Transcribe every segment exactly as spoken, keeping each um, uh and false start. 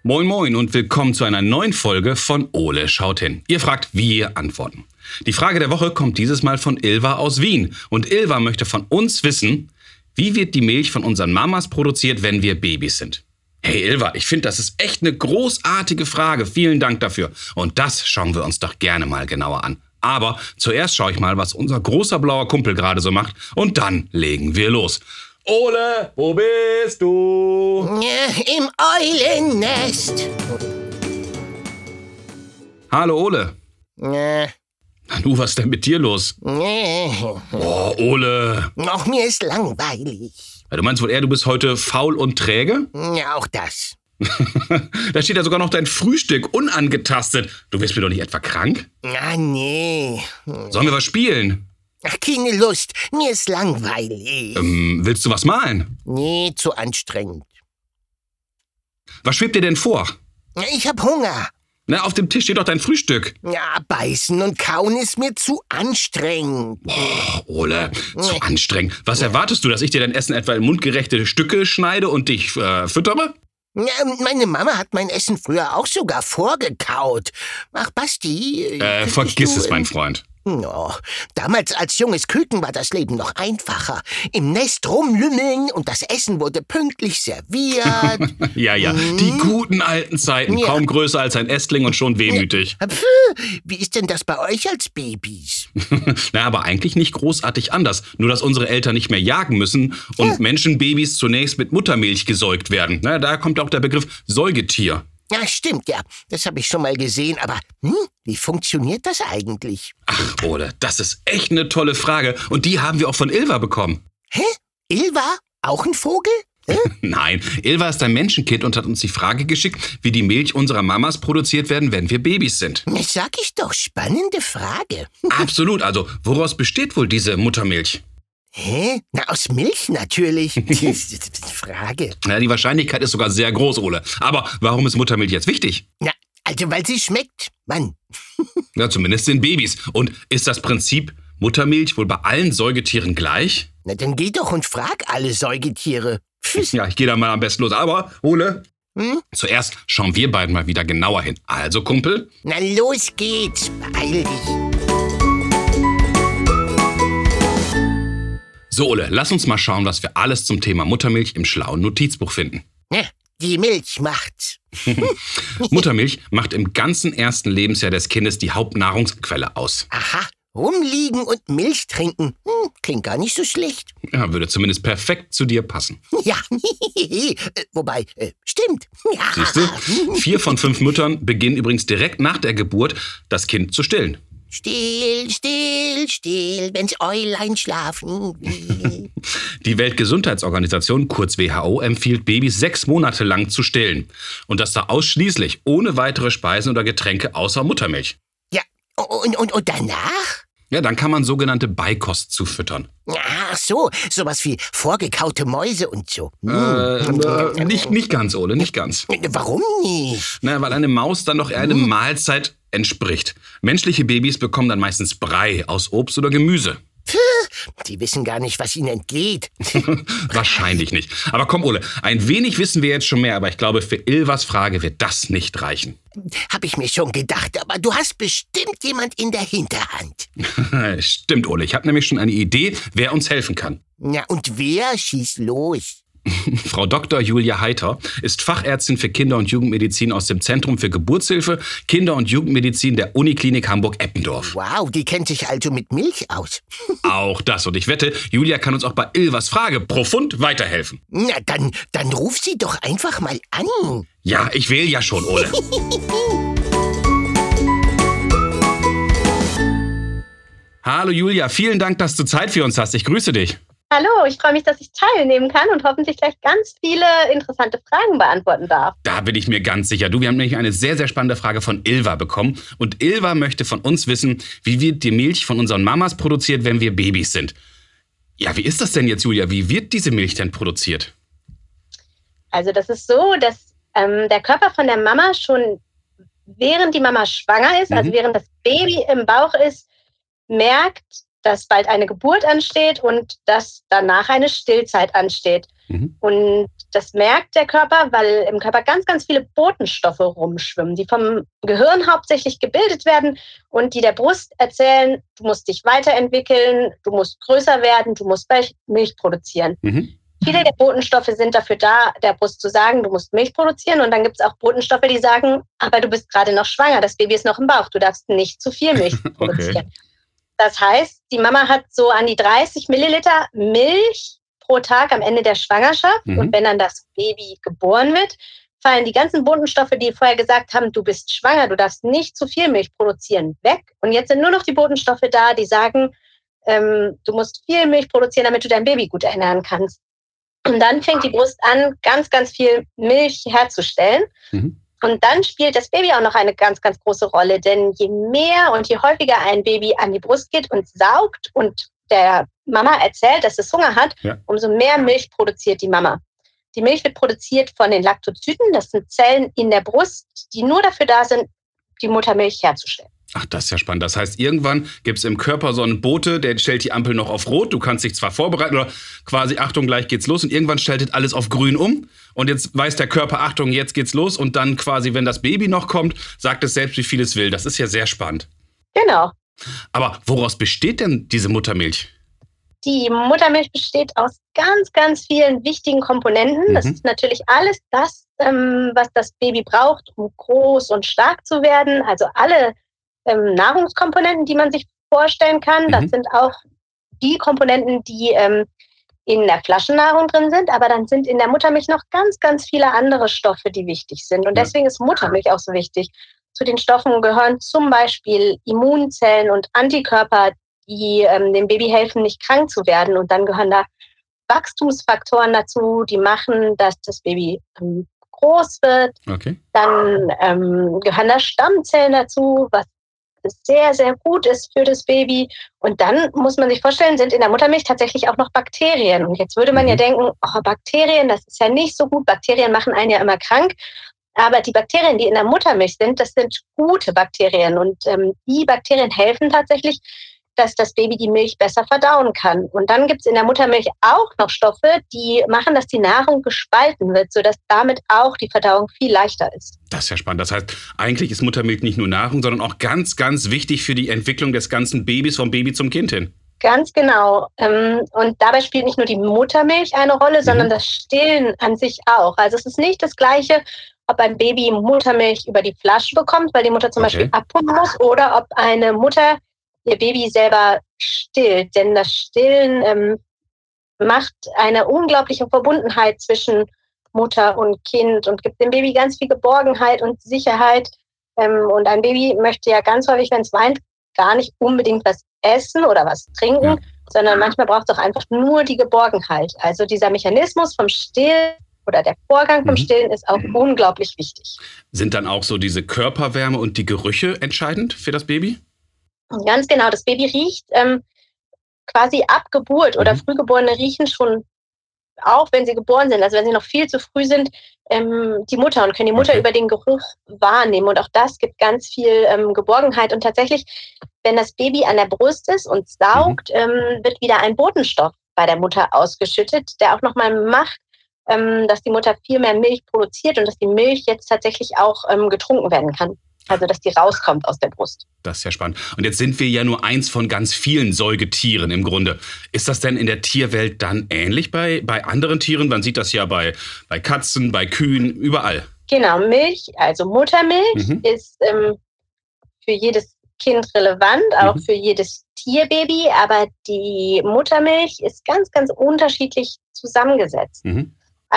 Moin Moin und willkommen zu einer neuen Folge von Ole schaut hin. Ihr fragt, wie wir antworten. Die Frage der Woche kommt dieses Mal von Ilva aus Wien. Und Ilva möchte von uns wissen, wie wird die Milch von unseren Mamas produziert, wenn wir Babys sind? Hey Ilva, ich finde, das ist echt eine großartige Frage. Vielen Dank dafür. Und das schauen wir uns doch gerne mal genauer an. Aber zuerst schaue ich mal, was unser großer blauer Kumpel gerade so macht. Und dann legen wir los. Ole, wo bist du? Im Eulennest. Hallo Ole. Äh, Du, was ist denn mit dir los? äh, Oh, Ole. Auch mir ist langweilig. Du meinst wohl eher, du bist heute faul und träge? Ja, auch das. Da steht ja sogar noch dein Frühstück unangetastet. Du bist mir doch nicht etwa krank? Ah, nee. Sollen wir was spielen? Ach, keine Lust. Mir ist langweilig. Ähm, willst du was malen? Nee, zu anstrengend. Was schwebt dir denn vor? Ich hab Hunger. Na, auf dem Tisch steht doch dein Frühstück. Ja, beißen und kauen ist mir zu anstrengend. Oh, Ole, zu anstrengend. Was erwartest du, dass ich dir dein Essen etwa in mundgerechte Stücke schneide und dich äh, füttere? Ja, meine Mama hat mein Essen früher auch sogar vorgekaut. Ach, Basti. Äh, vergiss es, mein Freund. Oh, damals als junges Küken war das Leben noch einfacher. Im Nest rumlümmeln und das Essen wurde pünktlich serviert. Ja, ja, hm. die guten alten Zeiten. Ja. Kaum größer als ein Ästling und schon wehmütig. Pff, wie ist denn das bei euch als Babys? Na, aber eigentlich nicht großartig anders. Nur, dass unsere Eltern nicht mehr jagen müssen und Ja. Menschenbabys zunächst mit Muttermilch gesäugt werden. Na, da kommt auch der Begriff Säugetier. Ja, stimmt, ja. Das habe ich schon mal gesehen. Aber hm, wie funktioniert das eigentlich? Ach, Ole, das ist echt eine tolle Frage. Und die haben wir auch von Ilva bekommen. Hä? Ilva? Auch ein Vogel? Hä? Nein, Ilva ist ein Menschenkind und hat uns die Frage geschickt, wie die Milch unserer Mamas produziert werden, wenn wir Babys sind. Das sag ich doch. Spannende Frage. Absolut, also woraus besteht wohl diese Muttermilch? Hä? Na, aus Milch natürlich. Das ist eine Frage. Ja, die Wahrscheinlichkeit ist sogar sehr groß, Ole. Aber warum ist Muttermilch jetzt wichtig? Na, also weil sie schmeckt. Mann. Ja, zumindest den Babys. Und ist das Prinzip Muttermilch wohl bei allen Säugetieren gleich? Na, dann geh doch und frag alle Säugetiere. Pfiff. Ja, ich gehe da mal am besten los. Aber, Ole, Hm? zuerst schauen wir beiden mal wieder genauer hin. Also, Kumpel, Na, los geht's. Beeil dich. so Ole, lass uns mal schauen, was wir alles zum Thema Muttermilch im schlauen Notizbuch finden. Ja, die Milch macht's. Muttermilch macht im ganzen ersten Lebensjahr des Kindes die Hauptnahrungsquelle aus. Aha. Rumliegen und Milch trinken. Hm, klingt gar nicht so schlecht. Ja, würde zumindest perfekt zu dir passen. Ja, äh, wobei, äh, stimmt. Ja. Siehst du? Vier von fünf Müttern beginnen übrigens direkt nach der Geburt, das Kind zu stillen. Still, still, still, wenn's Äulein schlafen will. Die Weltgesundheitsorganisation, kurz W H O, empfiehlt Babys sechs Monate lang zu stillen. Und das da ausschließlich ohne weitere Speisen oder Getränke außer Muttermilch. Ja, und, und, und danach? Ja, dann kann man sogenannte Beikost zufüttern. Ach so, sowas wie vorgekaute Mäuse und so. Äh, äh, nicht, nicht ganz, Ole, nicht ganz. Warum nicht? Na, weil eine Maus dann doch eher eine Mahlzeit entspricht. Menschliche Babys bekommen dann meistens Brei aus Obst oder Gemüse. Die wissen gar nicht, was ihnen entgeht. Wahrscheinlich nicht. Aber komm, Ole, ein wenig wissen wir jetzt schon mehr, aber ich glaube, für Ilvas Frage wird das nicht reichen. Hab ich mir schon gedacht, aber du hast bestimmt jemand in der Hinterhand. Stimmt, Ole, ich habe nämlich schon eine Idee, wer uns helfen kann. Na, und wer schießt los? Frau Doktor Julia Heiter ist Fachärztin für Kinder- und Jugendmedizin aus dem Zentrum für Geburtshilfe, Kinder- und Jugendmedizin der Uniklinik Hamburg-Eppendorf. Wow, die kennt sich also mit Milch aus. Auch das. Und ich wette, Julia kann uns auch bei Ilvas Frage profund weiterhelfen. Na, dann, dann ruf sie doch einfach mal an. Ja, ich wähle ja schon, Ole. Hallo Julia, vielen Dank, dass du Zeit für uns hast. Ich grüße dich. Hallo, ich freue mich, dass ich teilnehmen kann und hoffentlich gleich ganz viele interessante Fragen beantworten darf. Da bin ich mir ganz sicher. Du, wir haben nämlich eine sehr, sehr spannende Frage von Ilva bekommen. Und Ilva möchte von uns wissen, wie wird die Milch von unseren Mamas produziert, wenn wir Babys sind? Ja, wie ist das denn jetzt, Julia? Wie wird diese Milch denn produziert? Also das ist so, dass ähm, der Körper von der Mama schon, während die Mama schwanger ist, Mhm. also während das Baby im Bauch ist, merkt, dass bald eine Geburt ansteht und dass danach eine Stillzeit ansteht. Mhm. Und das merkt der Körper, weil im Körper ganz, ganz viele Botenstoffe rumschwimmen, die vom Gehirn hauptsächlich gebildet werden und die der Brust erzählen, du musst dich weiterentwickeln, du musst größer werden, du musst Milch produzieren. Mhm. Viele der Botenstoffe sind dafür da, der Brust zu sagen, du musst Milch produzieren. Und dann gibt es auch Botenstoffe, die sagen, aber du bist gerade noch schwanger, das Baby ist noch im Bauch, du darfst nicht zu viel Milch produzieren. Okay. Das heißt, die Mama hat so an die dreißig Milliliter Milch pro Tag am Ende der Schwangerschaft. Mhm. Und wenn dann das Baby geboren wird, fallen die ganzen Botenstoffe, die vorher gesagt haben, du bist schwanger, du darfst nicht zu viel Milch produzieren, weg. Und jetzt sind nur noch die Botenstoffe da, die sagen, ähm, du musst viel Milch produzieren, damit du dein Baby gut ernähren kannst. Und dann fängt die Brust an, ganz, ganz viel Milch herzustellen. Mhm. Und dann spielt das Baby auch noch eine ganz, ganz große Rolle. Denn je mehr und je häufiger ein Baby an die Brust geht und saugt und der Mama erzählt, dass es Hunger hat, ja. umso mehr Milch produziert die Mama. Die Milch wird produziert von den Laktozyten. Das sind Zellen in der Brust, die nur dafür da sind, die Muttermilch herzustellen. Ach, das ist ja spannend. Das heißt, irgendwann gibt es im Körper so einen Bote, der stellt die Ampel noch auf Rot. Du kannst dich zwar vorbereiten oder quasi, Achtung, gleich geht's los. Und irgendwann schaltet alles auf Grün um. Und jetzt weiß der Körper, Achtung, jetzt geht's los. Und dann quasi, wenn das Baby noch kommt, sagt es selbst, wie viel es will. Das ist ja sehr spannend. Genau. Aber woraus besteht denn diese Muttermilch? Die Muttermilch besteht aus ganz, ganz vielen wichtigen Komponenten. Mhm. Das ist natürlich alles das, ähm, was das Baby braucht, um groß und stark zu werden. Also alle ähm, Nahrungskomponenten, die man sich vorstellen kann. Mhm. Das sind auch die Komponenten, die ähm, in der Flaschennahrung drin sind. Aber dann sind in der Muttermilch noch ganz, ganz viele andere Stoffe, die wichtig sind. Und ja. deswegen ist Muttermilch auch so wichtig. Zu den Stoffen gehören zum Beispiel Immunzellen und Antikörper, die ähm, dem Baby helfen, nicht krank zu werden. Und dann gehören da Wachstumsfaktoren dazu, die machen, dass das Baby ähm, groß wird. Okay. Dann ähm, gehören da Stammzellen dazu, was sehr, sehr gut ist für das Baby. Und dann muss man sich vorstellen, sind in der Muttermilch tatsächlich auch noch Bakterien. Und jetzt würde man mhm. ja denken, oh, Bakterien, das ist ja nicht so gut. Bakterien machen einen ja immer krank. Aber die Bakterien, die in der Muttermilch sind, das sind gute Bakterien. Und ähm, die Bakterien helfen tatsächlich, dass das Baby die Milch besser verdauen kann. Und dann gibt es in der Muttermilch auch noch Stoffe, die machen, dass die Nahrung gespalten wird, sodass damit auch die Verdauung viel leichter ist. Das ist ja spannend. Das heißt, eigentlich ist Muttermilch nicht nur Nahrung, sondern auch ganz, ganz wichtig für die Entwicklung des ganzen Babys, vom Baby zum Kind hin. Ganz genau. Und dabei spielt nicht nur die Muttermilch eine Rolle, mhm. sondern das Stillen an sich auch. Also es ist nicht das Gleiche, ob ein Baby Muttermilch über die Flasche bekommt, weil die Mutter zum okay. Beispiel abpumpen muss, oder ob eine Mutter ihr Baby selber stillt. Denn das Stillen ähm, macht eine unglaubliche Verbundenheit zwischen Mutter und Kind und gibt dem Baby ganz viel Geborgenheit und Sicherheit. Ähm, und ein Baby möchte ja ganz häufig, wenn es weint, gar nicht unbedingt was essen oder was trinken, ja. sondern manchmal braucht es auch einfach nur die Geborgenheit. Also dieser Mechanismus vom Stillen oder der Vorgang vom mhm. Stillen ist auch mhm. unglaublich wichtig. Sind dann auch so diese Körperwärme und die Gerüche entscheidend für das Baby? Ganz genau, das Baby riecht ähm, quasi ab Geburt oder mhm. Frühgeborene riechen schon, auch wenn sie geboren sind, also wenn sie noch viel zu früh sind, ähm, die Mutter und können die Mutter okay. über den Geruch wahrnehmen. Und auch das gibt ganz viel ähm, Geborgenheit. Und tatsächlich, wenn das Baby an der Brust ist und saugt, mhm. ähm, wird wieder ein Botenstoff bei der Mutter ausgeschüttet, der auch nochmal macht, ähm, dass die Mutter viel mehr Milch produziert und dass die Milch jetzt tatsächlich auch ähm, getrunken werden kann. Also, dass die rauskommt aus der Brust. Das ist ja spannend. Und jetzt sind wir ja nur eins von ganz vielen Säugetieren im Grunde. Ist das denn in der Tierwelt dann ähnlich bei, bei anderen Tieren? Man sieht das ja bei, bei Katzen, bei Kühen, überall. Genau, Milch, also Muttermilch, mhm. ist ähm, für jedes Kind relevant, auch mhm. für jedes Tierbaby. Aber die Muttermilch ist ganz, ganz unterschiedlich zusammengesetzt. Mhm.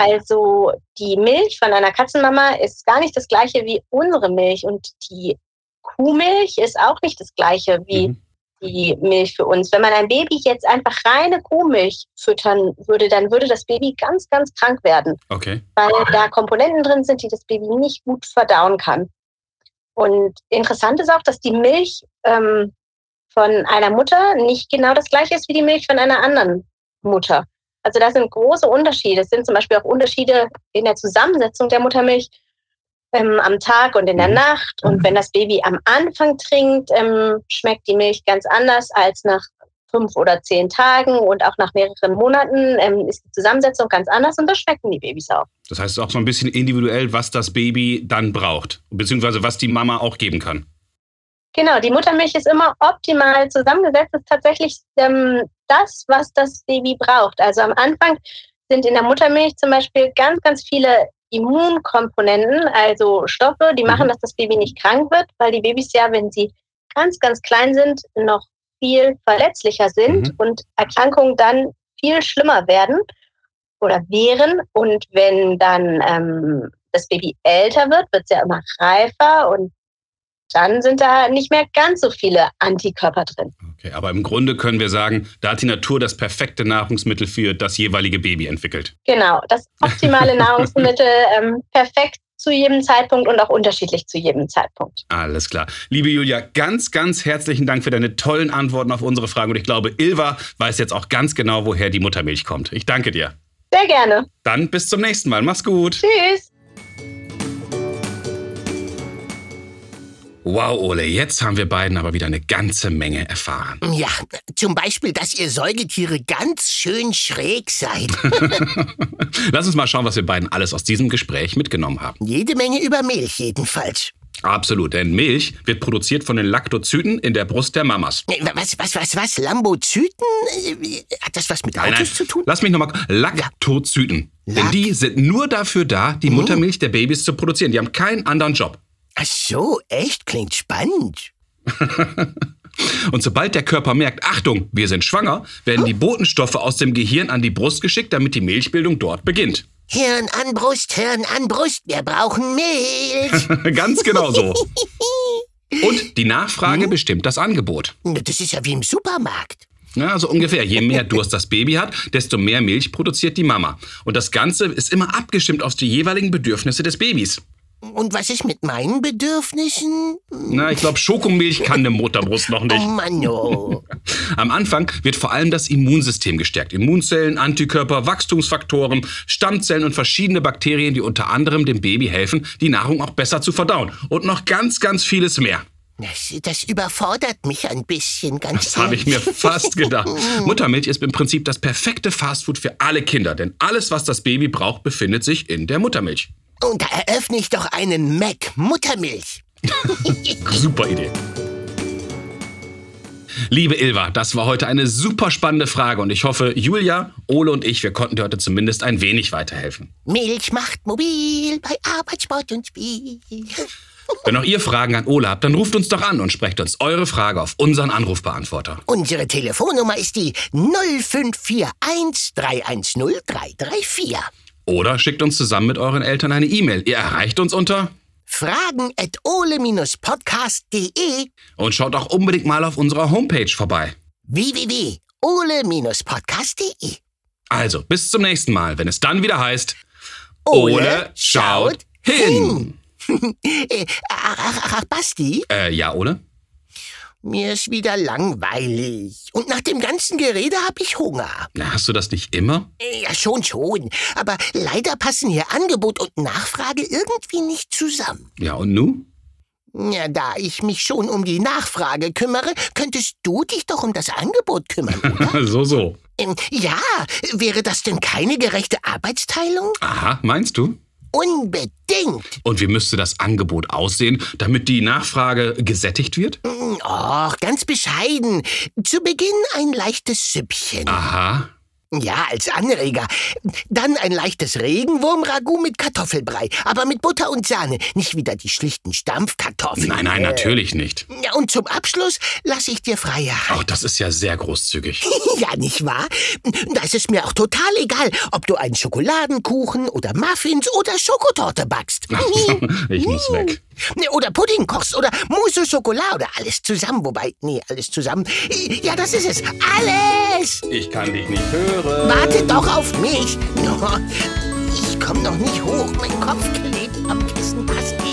Also die Milch von einer Katzenmama ist gar nicht das gleiche wie unsere Milch und die Kuhmilch ist auch nicht das gleiche wie mhm. die Milch für uns. Wenn man ein Baby jetzt einfach reine Kuhmilch füttern würde, dann würde das Baby ganz, ganz krank werden, okay. weil da Komponenten drin sind, die das Baby nicht gut verdauen kann. Und interessant ist auch, dass die Milch ähm, von einer Mutter nicht genau das gleiche ist wie die Milch von einer anderen Mutter. Also da sind große Unterschiede. Es sind zum Beispiel auch Unterschiede in der Zusammensetzung der Muttermilch ähm, am Tag und in der Nacht. Und wenn das Baby am Anfang trinkt, ähm, schmeckt die Milch ganz anders als nach fünf oder zehn Tagen und auch nach mehreren Monaten ähm, ist die Zusammensetzung ganz anders und das schmecken die Babys auch. Das heißt, es ist auch so ein bisschen individuell, was das Baby dann braucht, beziehungsweise was die Mama auch geben kann. Genau, die Muttermilch ist immer optimal zusammengesetzt. Das ist tatsächlich ähm, das, was das Baby braucht. Also am Anfang sind in der Muttermilch zum Beispiel ganz, ganz viele Immunkomponenten, also Stoffe, die machen, dass das Baby nicht krank wird, weil die Babys ja, wenn sie ganz, ganz klein sind, noch viel verletzlicher sind mhm. und Erkrankungen dann viel schlimmer werden oder wären. Und wenn dann ähm, das Baby älter wird, wird es ja immer reifer und dann sind da nicht mehr ganz so viele Antikörper drin. Okay, aber im Grunde können wir sagen, da hat die Natur das perfekte Nahrungsmittel für das jeweilige Baby entwickelt. Genau, das optimale Nahrungsmittel, ähm, perfekt zu jedem Zeitpunkt und auch unterschiedlich zu jedem Zeitpunkt. Alles klar. Liebe Julia, ganz, ganz herzlichen Dank für deine tollen Antworten auf unsere Fragen. Und ich glaube, Ilva weiß jetzt auch ganz genau, woher die Muttermilch kommt. Ich danke dir. Sehr gerne. Dann bis zum nächsten Mal. Mach's gut. Tschüss. Wow, Ole, jetzt haben wir beiden aber wieder eine ganze Menge erfahren. Ja, zum Beispiel, dass ihr Säugetiere ganz schön schräg seid. Lass uns mal schauen, was wir beiden alles aus diesem Gespräch mitgenommen haben. Jede Menge über Milch jedenfalls. Absolut, denn Milch wird produziert von den Laktozyten in der Brust der Mamas. Was, was, was, was? Lambozyten? Hat das was mit Autos nein, nein. zu tun? Lass mich nochmal... Laktozyten. Ja. Denn die sind nur dafür da, die Muttermilch der Babys zu produzieren. Die haben keinen anderen Job. Ach so, echt? Klingt spannend. Und sobald der Körper merkt, Achtung, wir sind schwanger, werden die Botenstoffe aus dem Gehirn an die Brust geschickt, damit die Milchbildung dort beginnt. Hirn an Brust, Hirn an Brust, wir brauchen Milch. Ganz genau so. Und die Nachfrage hm? bestimmt das Angebot. Das ist ja wie im Supermarkt. Ja, so ungefähr. Je mehr Durst das Baby hat, desto mehr Milch produziert die Mama. Und das Ganze ist immer abgestimmt auf die jeweiligen Bedürfnisse des Babys. Und was ist mit meinen Bedürfnissen? Na, ich glaube, Schokomilch kann eine Mutterbrust noch nicht. Oh Mann, oh. Am Anfang wird vor allem das Immunsystem gestärkt. Immunzellen, Antikörper, Wachstumsfaktoren, Stammzellen und verschiedene Bakterien, die unter anderem dem Baby helfen, die Nahrung auch besser zu verdauen. Und noch ganz, ganz vieles mehr. Das, das überfordert mich ein bisschen, ganz Das habe ich mir fast gedacht. Muttermilch ist im Prinzip das perfekte Fastfood für alle Kinder. Denn alles, was das Baby braucht, befindet sich in der Muttermilch. Und da eröffne ich doch einen Mac Muttermilch. Super Idee. Liebe Ilva, das war heute eine super spannende Frage und ich hoffe, Julia, Ole und ich, wir konnten dir heute zumindest ein wenig weiterhelfen. Milch macht mobil bei Arbeit, Sport und Spiel. Wenn auch ihr Fragen an Ole habt, dann ruft uns doch an und sprecht uns eure Frage auf unseren Anrufbeantworter. Unsere Telefonnummer ist die null fünf vier eins drei eins null drei drei vier. Oder schickt uns zusammen mit euren Eltern eine E-Mail. Ihr erreicht uns unter fragen at ole podcast punkt de und schaut auch unbedingt mal auf unserer Homepage vorbei. w w w punkt ole podcast punkt de. Also, bis zum nächsten Mal, wenn es dann wieder heißt Ole, Ole schaut hin. hin. äh, ach, ach, ach, Basti? Äh, ja, Ole? Mir ist wieder langweilig. Und nach dem ganzen Gerede habe ich Hunger. Na, hast du das nicht immer? Ja, schon, schon. Aber leider passen hier Angebot und Nachfrage irgendwie nicht zusammen. Ja, und nu? Ja, da ich mich schon um die Nachfrage kümmere, könntest du dich doch um das Angebot kümmern, oder? so, so. Ähm, ja, wäre das denn keine gerechte Arbeitsteilung? Aha, meinst du? Unbedingt. Und wie müsste das Angebot aussehen, damit die Nachfrage gesättigt wird? Och, ganz bescheiden. Zu Beginn ein leichtes Süppchen. Aha. Ja, als Anreger. Dann ein leichtes Regenwurm-Ragout mit Kartoffelbrei, aber mit Butter und Sahne. Nicht wieder die schlichten Stampfkartoffeln. Nein, nein, natürlich nicht. Ja, und zum Abschluss lasse ich dir freie Hand. Oh, das ist ja sehr großzügig. Ja, nicht wahr? Da ist es mir auch total egal, ob du einen Schokoladenkuchen oder Muffins oder Schokotorte backst. Ich muss weg. Oder Pudding kochst oder Mousse au Chocolat oder alles zusammen. Wobei, nee, alles zusammen. Ja, das ist es. Alles! Ich kann dich nicht hören. Warte doch auf mich. Ich komm noch nicht hoch. Mein Kopf klebt am Kissen. Passt